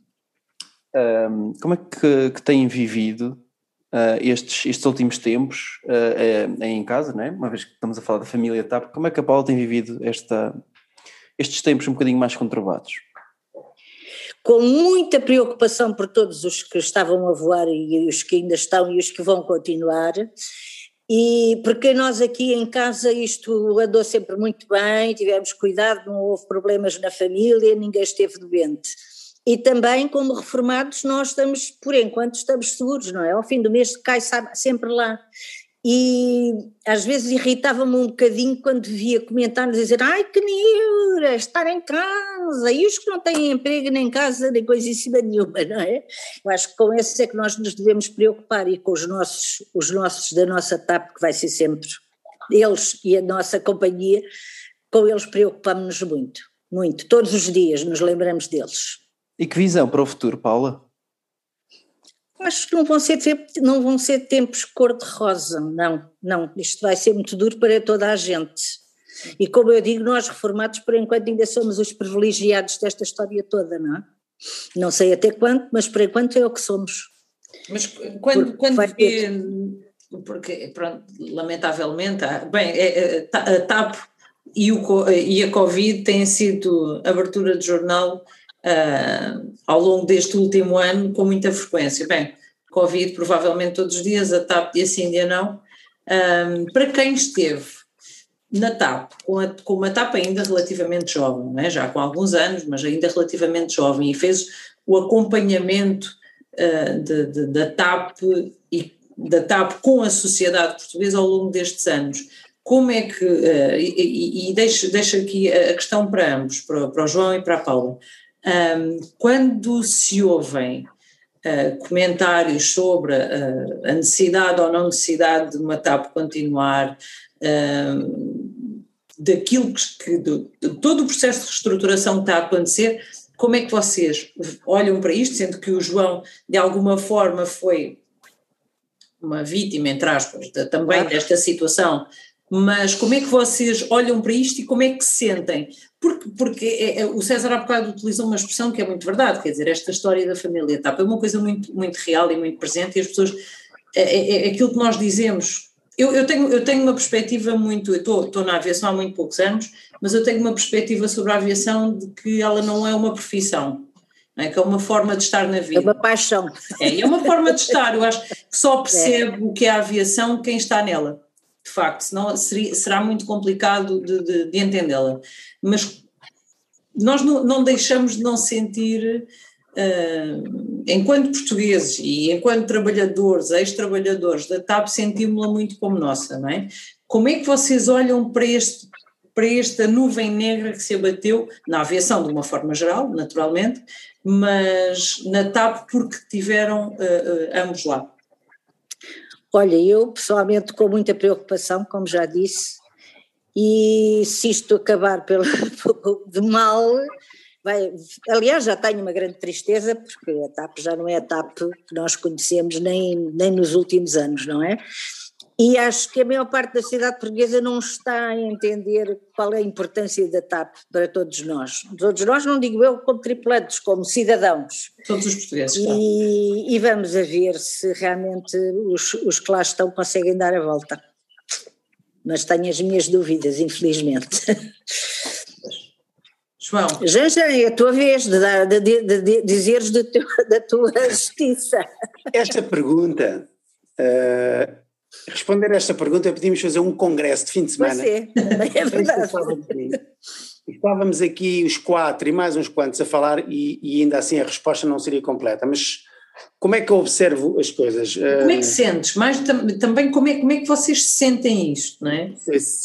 como é que têm vivido estes últimos tempos em casa, não é? Uma vez que estamos a falar da família TAP, como é que a Paula tem vivido estes tempos um bocadinho mais conturbados? Com muita preocupação por todos os que estavam a voar e os que ainda estão e os que vão continuar, e porque nós aqui em casa isto andou sempre muito bem, tivemos cuidado, não houve problemas na família, ninguém esteve doente. E também, como reformados, nós estamos, por enquanto, estamos seguros, não é? Ao fim do mês cai sempre lá. E às vezes irritava-me um bocadinho quando via comentários dizer que neura, estar em casa, e os que não têm emprego nem casa, nem coisa em cima nenhuma, não é? Eu acho que com esses é que nós nos devemos preocupar, e com os nossos da nossa TAP, que vai ser sempre eles e a nossa companhia, com eles preocupamos-nos muito, muito, todos os dias nos lembramos deles. E que visão para o futuro, Paula? Acho que não vão ser tempos cor-de-rosa, não, isto vai ser muito duro para toda a gente, e como eu digo, nós reformados por enquanto ainda somos os privilegiados desta história toda, não é? Não sei até quanto, mas por enquanto é o que somos. Mas quando vê, porque pronto, lamentavelmente, a TAP e a Covid têm sido abertura de jornal ao longo deste último ano com muita frequência. Covid provavelmente todos os dias, a TAP e assim ainda não. Para quem esteve na TAP, com uma TAP ainda relativamente jovem, não é? Já com alguns anos, mas ainda relativamente jovem, e fez o acompanhamento da TAP e da TAP com a sociedade portuguesa ao longo destes anos, como é que, e deixo aqui a questão para ambos, para o João e para a Paula, quando se ouvem comentários sobre a necessidade ou não necessidade de uma TAP continuar, daquilo de todo o processo de reestruturação que está a acontecer, como é que vocês olham para isto, sendo que o João de alguma forma foi uma vítima, entre aspas, também desta situação, mas como é que vocês olham para isto e como é que se sentem? Porque o César há bocado utilizou uma expressão que é muito verdade, quer dizer, esta história da família TAP é uma coisa muito, muito real e muito presente, e as pessoas, aquilo que nós dizemos, eu tenho uma perspectiva muito, eu estou na aviação há muito poucos anos, mas eu tenho uma perspectiva sobre a aviação de que ela não é uma profissão, não é? Que é uma forma de estar na vida. É uma paixão. É uma forma de estar, eu acho que só percebe o que é a aviação quem está nela. De facto, senão será muito complicado de entendê-la. Mas nós não deixamos de não sentir, enquanto portugueses e enquanto trabalhadores, ex-trabalhadores da TAP, sentimos-la muito como nossa, não é? Como é que vocês olham para esta nuvem negra que se abateu na aviação de uma forma geral, naturalmente, mas na TAP porque tiveram ambos lá? Olha, eu pessoalmente com muita preocupação, como já disse, e se isto acabar de mal, aliás já tenho uma grande tristeza, porque a TAP já não é a TAP que nós conhecemos nem nos últimos anos, não é? E acho que a maior parte da sociedade portuguesa não está a entender qual é a importância da TAP para todos nós. Todos nós, não digo eu como tripulantes, como cidadãos. Todos os portugueses. E vamos a ver se realmente os que lá estão conseguem dar a volta. Mas tenho as minhas dúvidas, infelizmente. João. Já é a tua vez de dizeres da tua justiça. Esta pergunta... Responder a esta pergunta, pedimos fazer um congresso de fim de semana. É verdade. Estávamos aqui os 4 e mais uns quantos a falar e ainda assim a resposta não seria completa, mas como é que eu observo as coisas? Como é que sentes? Mais também como é que vocês sentem isto, não é?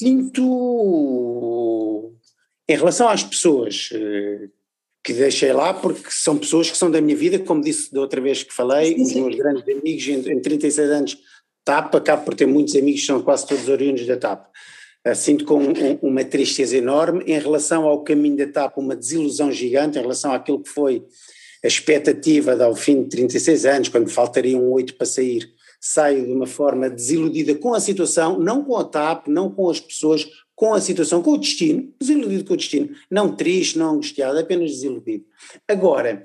Sinto, em relação às pessoas que deixei lá, porque são pessoas que são da minha vida, como disse da outra vez que falei, os meus grandes amigos em 36 anos TAP, acabo por ter muitos amigos que são quase todos oriundos da TAP. Sinto com uma tristeza enorme em relação ao caminho da TAP, uma desilusão gigante em relação àquilo que foi a expectativa ao fim de 36 anos, quando faltariam 8 para sair. Saio de uma forma desiludida com a situação, não com a TAP, não com as pessoas, com a situação, com o destino, desiludido com o destino, não triste, não angustiado, apenas desiludido. Agora,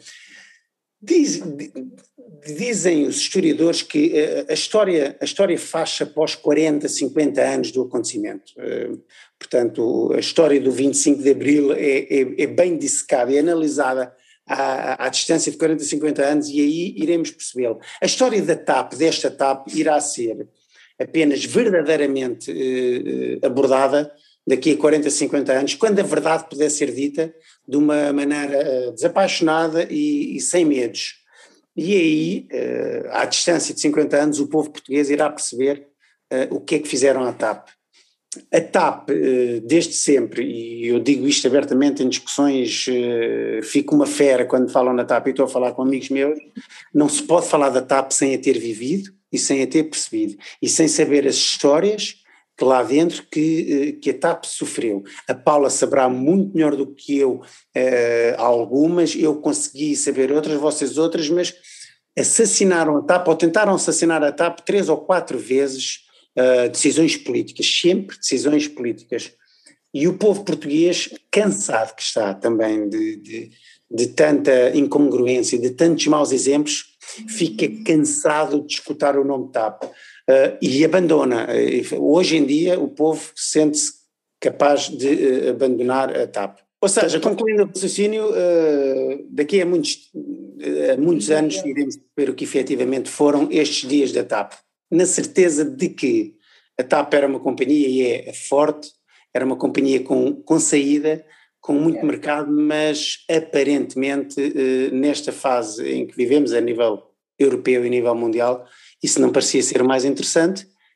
dizem os historiadores que a história faz-se após 40, 50 anos do acontecimento. Portanto, a história do 25 de Abril é bem dissecada e analisada à distância de 40, 50 anos, e aí iremos percebê-lo. A história desta TAP, irá ser apenas verdadeiramente abordada daqui a 40, 50 anos, quando a verdade puder ser dita de uma maneira desapaixonada e sem medos. E aí, à distância de 50 anos, o povo português irá perceber o que é que fizeram à TAP. A TAP, desde sempre, e eu digo isto abertamente em discussões, fico uma fera quando falam na TAP, e estou a falar com amigos meus, não se pode falar da TAP sem a ter vivido e sem a ter percebido, e sem saber as histórias que lá dentro que a TAP sofreu. A Paula saberá muito melhor do que eu algumas, eu consegui saber outras, vocês outras, mas assassinaram a TAP, ou tentaram assassinar a TAP 3 ou 4 vezes, decisões políticas, sempre decisões políticas. E o povo português, cansado que está também de tanta incongruência, de tantos maus exemplos, fica cansado de escutar o nome TAP. E abandona. Hoje em dia o povo sente-se capaz de abandonar a TAP. Ou seja, concluindo o raciocínio, daqui a muitos anos iremos ver o que efetivamente foram estes dias da TAP, na certeza de que a TAP era uma companhia e é forte, era uma companhia com saída, com muito mercado, mas aparentemente nesta fase em que vivemos a nível europeu e a nível mundial, isso não parecia ser o mais interessante,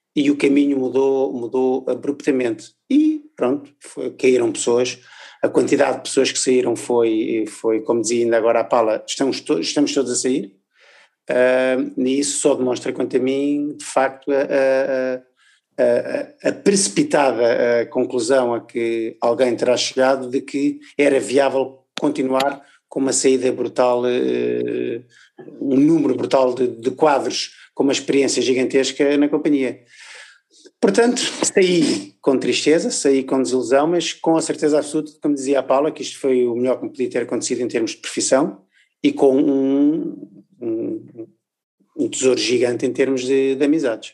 e o caminho mudou abruptamente. E pronto, caíram pessoas, a quantidade de pessoas que saíram foi como dizia ainda agora a Paula, estamos todos a sair, e isso só demonstra quanto a mim, de facto, a precipitada conclusão a que alguém terá chegado de que era viável continuar com uma saída brutal, um número brutal de quadros com uma experiência gigantesca na companhia. Portanto, saí com tristeza, saí com desilusão, mas com a certeza absoluta, como dizia a Paula, que isto foi o melhor que me podia ter acontecido em termos de profissão e com um tesouro gigante em termos de amizades.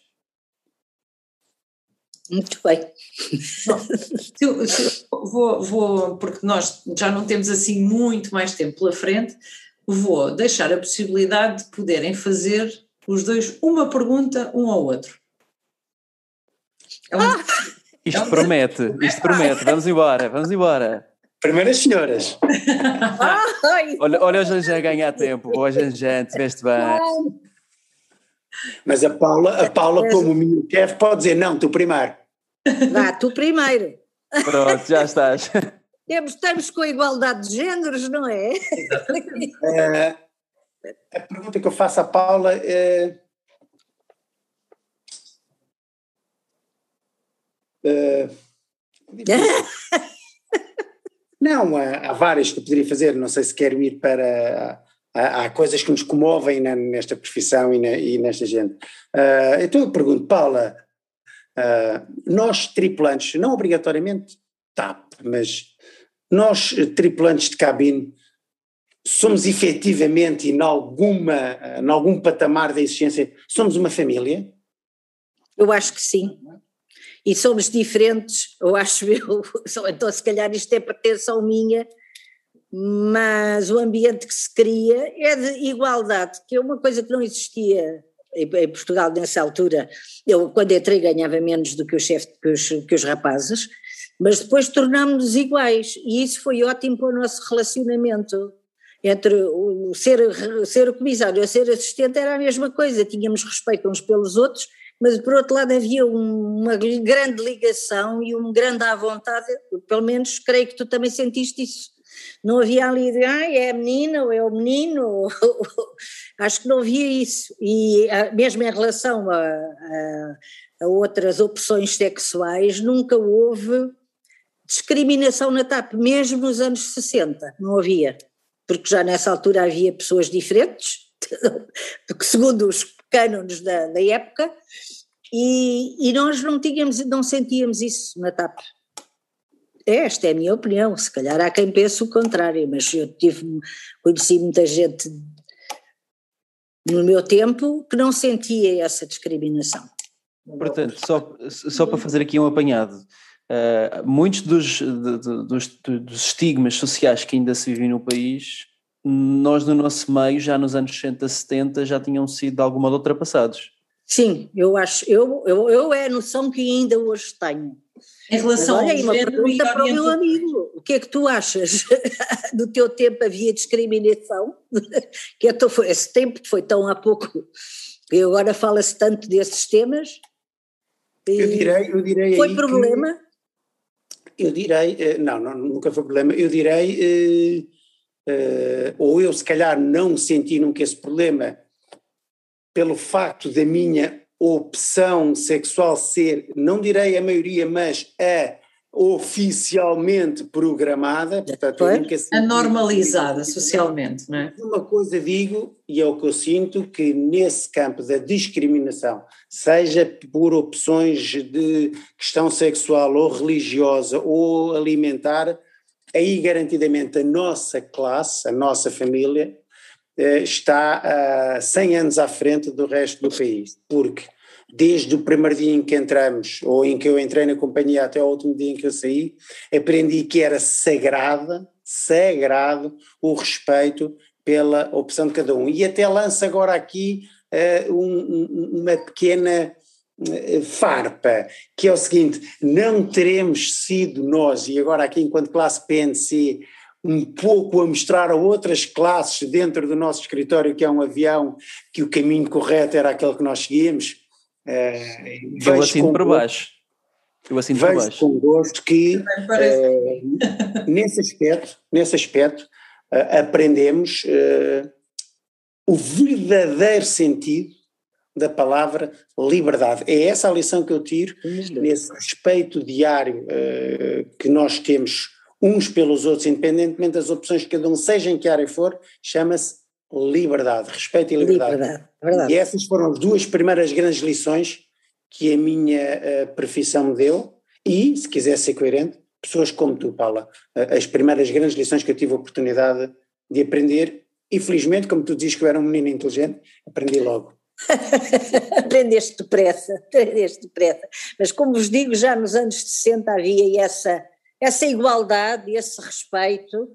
Muito bem. Vou, porque nós já não temos assim muito mais tempo pela frente, vou deixar a possibilidade de poderem fazer os dois uma pergunta um ao outro. Isto promete, vamos embora. Primeiro as senhoras. Olha o Janjan a ganhar tempo, boa Janjan, tiveste bem. Mas a Paula como minha chefe pode dizer, não, tu primeiro. Vá, tu primeiro. Pronto, já estás. Estamos com a igualdade de géneros, não é? A pergunta que eu faço à Paula é... Não, há várias que eu poderia fazer, não sei se quero ir para... Há coisas que nos comovem nesta profissão e nesta gente. Então eu pergunto, Paula, nós tripulantes, não obrigatoriamente TAP, mas nós tripulantes de cabine, somos efetivamente, em algum patamar da existência, somos uma família? Eu acho que sim. E somos diferentes, eu acho então se calhar isto é pretensão minha, mas o ambiente que se cria é de igualdade, que é uma coisa que não existia em Portugal nessa altura. Eu quando entrei ganhava menos do que que os rapazes, mas depois tornámos-nos iguais e isso foi ótimo para o nosso relacionamento. Entre o ser o comissário e o ser assistente era a mesma coisa, tínhamos respeito uns pelos outros, mas por outro lado havia uma grande ligação e uma grande à vontade, pelo menos creio que tu também sentiste isso. Não havia ali de, é a menina ou é o menino, acho que não havia isso. E mesmo em relação a outras opções sexuais, nunca houve discriminação na TAP, mesmo nos anos 60, não havia. Porque já nessa altura havia pessoas diferentes, segundo os cânones da época, e nós não sentíamos isso na TAP. Esta é a minha opinião, se calhar há quem pense o contrário, mas eu conheci muita gente no meu tempo que não sentia essa discriminação. Portanto, só para fazer aqui um apanhado, muitos dos estigmas sociais que ainda se vivem no país, nós no nosso meio, já nos anos 60, 70, já tinham sido de algum modo ultrapassados. Sim, eu acho, eu é a noção que ainda hoje tenho. Em relação olha aí, uma pergunta para o meu amigo, o que é que tu achas? Do teu tempo havia discriminação? Que esse tempo foi tão há pouco, e agora fala-se tanto desses temas. Eu direi foi problema? Eu direi, não, nunca foi problema, eu direi, ou eu se calhar não senti nunca esse problema, pelo facto da minha opção sexual ser, não direi a maioria, mas oficialmente programada, portanto, eu nunca senti, normalizada socialmente, não é? Uma coisa digo, e é o que eu sinto, que nesse campo da discriminação, seja por opções de questão sexual ou religiosa ou alimentar, aí garantidamente a nossa classe, a nossa família, está 100 anos à frente do resto do país, porque desde o primeiro dia em que entramos, ou em que eu entrei na companhia até ao último dia em que eu saí, aprendi que era sagrado o respeito pela opção de cada um. E até lanço agora aqui uma pequena farpa, que é o seguinte: não teremos sido nós, e agora aqui enquanto classe PNC, um pouco a mostrar a outras classes dentro do nosso escritório que é um avião, que o caminho correto era aquele que nós seguíamos. Eu assino por baixo. Vejo com gosto que nesse aspecto aprendemos o verdadeiro sentido da palavra liberdade. É essa a lição que eu tiro nesse respeito diário que nós temos uns pelos outros, independentemente das opções que cada um, seja em que área for, chama-se liberdade, respeito e liberdade. Verdade. E essas foram as duas primeiras grandes lições que a minha profissão me deu e, se quiser ser coerente, pessoas como tu, Paula, as primeiras grandes lições que eu tive a oportunidade de aprender e, felizmente, como tu dizes que eu era um menino inteligente, aprendi logo. Aprendeste depressa, mas como vos digo, já nos anos 60 havia essa igualdade, esse respeito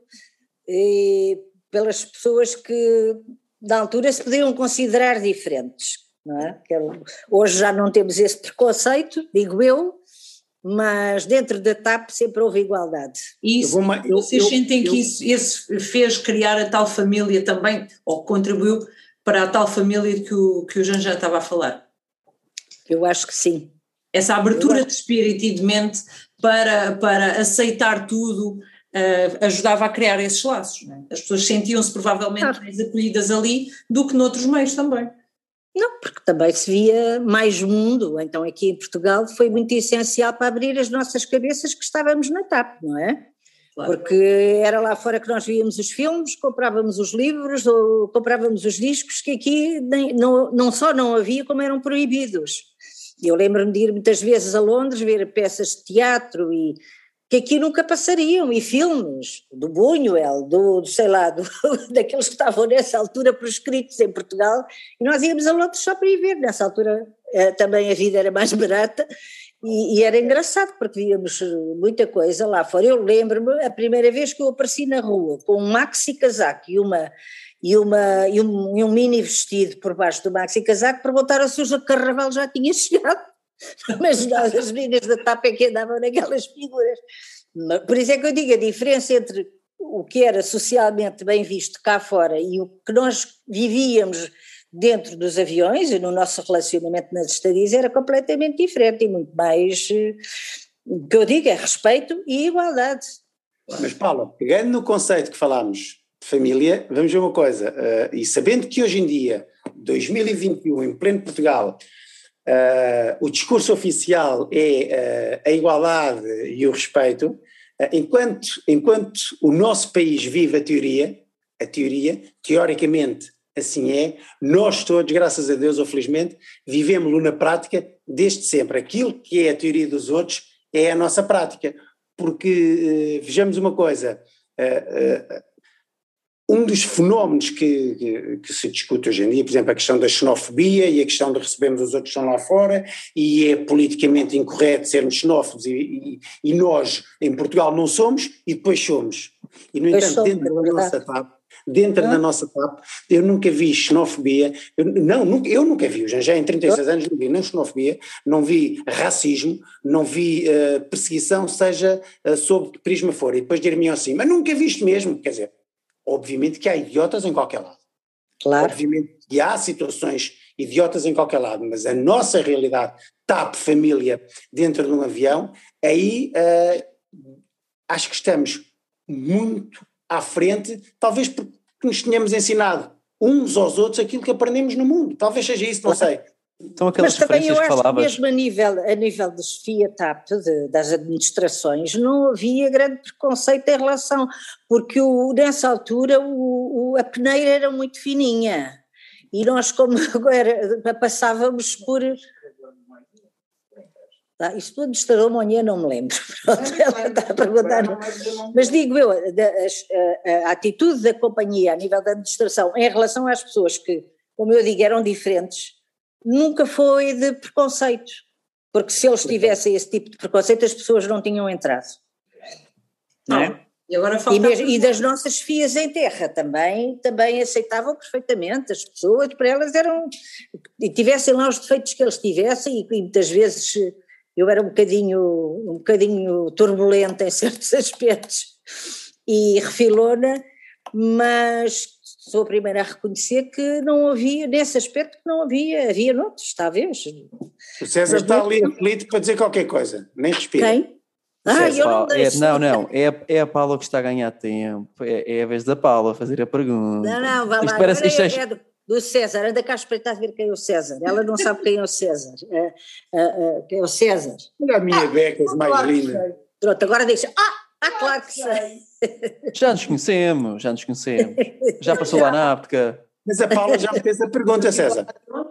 pelas pessoas que na altura se podiam considerar diferentes, não é? Hoje já não temos esse preconceito, digo eu, mas dentro da TAP sempre houve igualdade. Vocês sentem que isso fez criar a tal família também, ou contribuiu para a tal família que o Jean já estava a falar? Eu acho que sim. Essa abertura de espírito e de mente para aceitar tudo ajudava a criar esses laços, não é? As pessoas sentiam-se provavelmente mais acolhidas ali do que noutros meios também. Não, porque também se via mais mundo, então aqui em Portugal foi muito essencial para abrir as nossas cabeças que estávamos na TAP, não é? Claro. Porque era lá fora que nós víamos os filmes, comprávamos os livros ou comprávamos os discos que aqui não só não havia, como eram proibidos. Eu lembro-me de ir muitas vezes a Londres ver peças de teatro e que aqui nunca passariam, e filmes do Buñuel, daqueles que estavam nessa altura proscritos em Portugal, e nós íamos a Londres só para ir ver. Nessa altura também a vida era mais barata e era engraçado porque víamos muita coisa lá fora. Eu lembro-me a primeira vez que eu apareci na rua com um maxi casaco e um mini vestido por baixo do maxi casaco, perguntaram se o Carnaval já tinha chegado. Mas nós, as meninas da TAP, é que andavam naquelas figuras. Por isso é que eu digo, a diferença entre o que era socialmente bem visto cá fora e o que nós vivíamos dentro dos aviões e no nosso relacionamento nas estadias era completamente diferente e muito mais, o que eu digo é respeito e igualdade. Mas Paula, pegando no conceito que falámos de família, vamos ver uma coisa, e sabendo que hoje em dia, 2021, em pleno Portugal, o discurso oficial é a igualdade e o respeito, enquanto o nosso país vive a teoria, teoricamente assim é, nós todos, graças a Deus ou felizmente, vivemos-lo na prática desde sempre. Aquilo que é a teoria dos outros é a nossa prática, porque vejamos uma coisa, um dos fenómenos que se discute hoje em dia, por exemplo, a questão da xenofobia e a questão de recebermos os outros que estão lá fora, e é politicamente incorreto sermos xenófobos e nós em Portugal não somos e depois somos. E no entanto, dentro da nossa TAP, eu nunca vi xenofobia, eu nunca vi, já em 36 anos não vi nem xenofobia, não vi racismo, não vi perseguição, seja sob que prisma for, e depois dir-me assim, mas nunca vi isto mesmo, quer dizer, obviamente que há idiotas em qualquer lado. Claro. Obviamente que há situações idiotas em qualquer lado, mas a nossa realidade, TAP, família, dentro de um avião, aí acho que estamos muito à frente, talvez porque nos tenhamos ensinado uns aos outros aquilo que aprendemos no mundo. Talvez seja isso, não sei. Então, aquelas mas também eu acho que mesmo a nível de chefia TAP, das administrações, não havia grande preconceito em relação, porque nessa altura a peneira era muito fininha e nós como agora passávamos por... Isso do administrador Monnier não me lembro, pronto, ela está a perguntar, mas digo eu, a atitude da companhia a nível da administração em relação às pessoas que, como eu digo, eram diferentes, nunca foi de preconceito, porque se eles tivessem esse tipo de preconceito as pessoas não tinham entrado. Não é? E das nossas chefias em terra também aceitavam perfeitamente, as pessoas para elas eram, e tivessem lá os defeitos que eles tivessem e muitas vezes eu era um bocadinho turbulenta em certos aspectos e refilona, mas sou a primeira a reconhecer que não havia, nesse aspecto que não havia noutros, talvez. O César está ali aflito para dizer qualquer coisa, nem respira. Quem? Eu não deixo. É a Paula que está a ganhar tempo, é a vez da Paula a fazer a pergunta. Não, vai lá, agora é do César, anda cá a espreitar a ver quem é o César, ela não sabe quem é o César, quem é o César. Olha a minha becas mais linda. Pronto, agora deixa, claro que sei. Já nos conhecemos, já passou lá na Áptica. Mas a Paula já me fez a pergunta, César.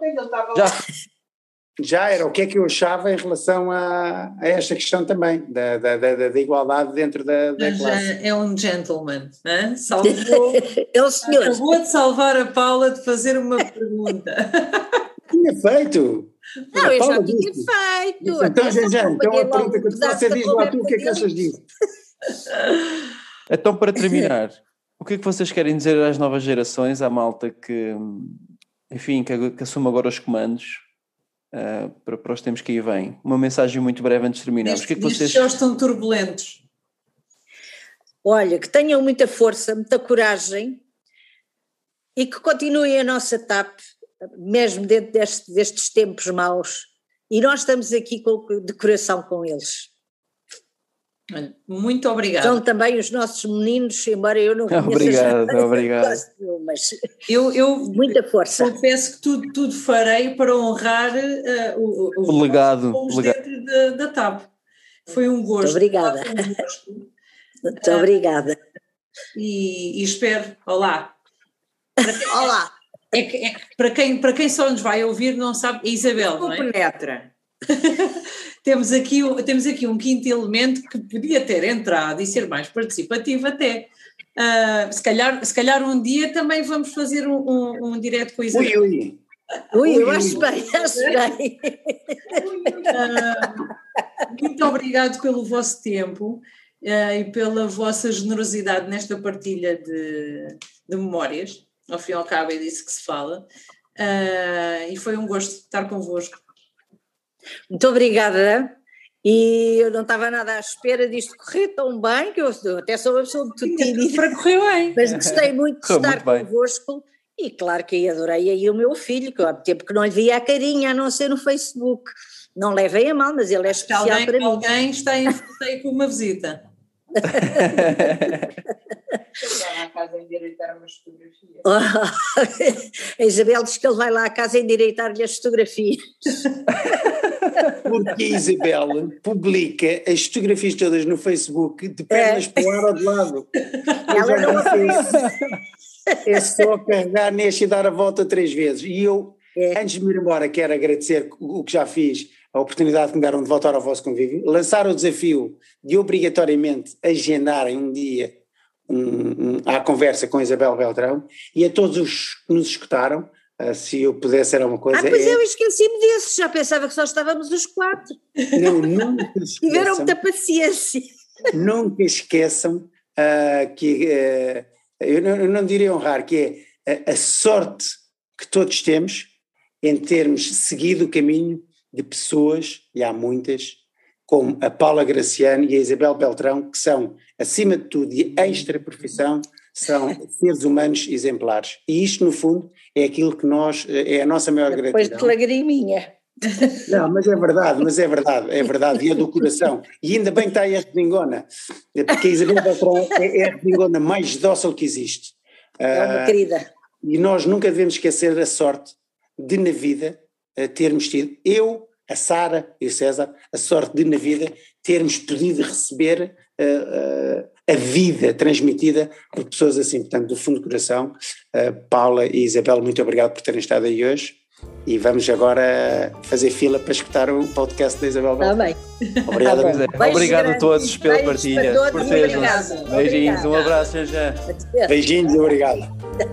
Já era o que é que eu achava em relação a esta questão também, da igualdade dentro da classe. É um gentleman, né? Salvou, é o senhor. Acabou de salvar a Paula de fazer uma pergunta. Tinha feito. Não, eu já tinha feito. Então a pergunta que você diz lá, tu o que é que achas disso? Então, para terminar, o que é que vocês querem dizer às novas gerações, à malta que, enfim, que assume agora os comandos para os tempos que aí vêm? Uma mensagem muito breve antes de terminarmos. O que é que vocês... estão turbulentos. Olha, que tenham muita força, muita coragem e que continuem a nossa TAP, mesmo dentro destes tempos maus. E nós estamos aqui de coração com eles. Muito obrigada. São também os nossos meninos, embora eu não conheça. Obrigado. Mas eu muita força. Confesso que tudo farei para honrar o legado dentro da TAP. Foi um gosto. Muito obrigada. Muito obrigada. E espero, olá. Olá. É que para quem só nos vai ouvir não sabe, é Isabel, não é? Penetra. Temos aqui um quinto elemento que podia ter entrado e ser mais participativo até. Se calhar um dia também vamos fazer um direto com a Isabel. Eu acho bem. Muito obrigado pelo vosso tempo e pela vossa generosidade nesta partilha de memórias. Ao fim e ao cabo é disso que se fala. E foi um gosto estar convosco. Muito obrigada, e eu não estava nada à espera disto correr tão bem, que eu até sou uma pessoa muito tímida. Para correr bem. Mas gostei muito de estar convosco, e claro que adorei aí o meu filho, que há tempo que não lhe via a carinha, a não ser no Facebook. Não levei a mal, mas ele é especial para mim. Alguém está em com uma visita. Vai à casa endireitar umas fotografias. A Isabel diz que ele vai lá à casa endireitar-lhe as fotografias. Porque a Isabel publica as fotografias todas no Facebook de pernas para o ar ou de lado. Ela não é só carregar neste e dar a volta 3 vezes. E eu, antes de me ir embora, quero agradecer o que já fiz, a oportunidade que me deram de voltar ao vosso convívio, lançar o desafio de obrigatoriamente agendarem um dia à conversa com a Isabel Beltrão, e a todos os que nos escutaram, se eu pudesse era uma coisa... pois eu esqueci-me desse, já pensava que só estávamos os 4. Não, nunca esqueçam. Tiveram muita paciência. Nunca esqueçam que, eu não diria honrar, que é a sorte que todos temos em termos seguido o caminho de pessoas, e há muitas, como a Paula Graciano e a Isabel Beltrão, que são, acima de tudo, e extra-profissão, são seres humanos exemplares. E isto, no fundo, é aquilo que é a nossa maior gratidão. Depois de lagriminha. Não, mas é verdade, e é do coração. E ainda bem que está aí a redingona, porque a Isabel Beltrão é a redingona mais dócil que existe. É uma querida. E nós nunca devemos esquecer a sorte de, na vida, termos tido, eu, a Sara e o César, a sorte de, na vida, termos podido receber a vida transmitida por pessoas assim. Portanto, do fundo do coração, Paula e Isabel, muito obrigado por terem estado aí hoje, e vamos agora fazer fila para escutar o podcast da Isabel Beltrão. Está bem. Obrigado. Obrigado a todos pela partilha. Beijinhos, um abraço, já. Beijinhos e obrigado.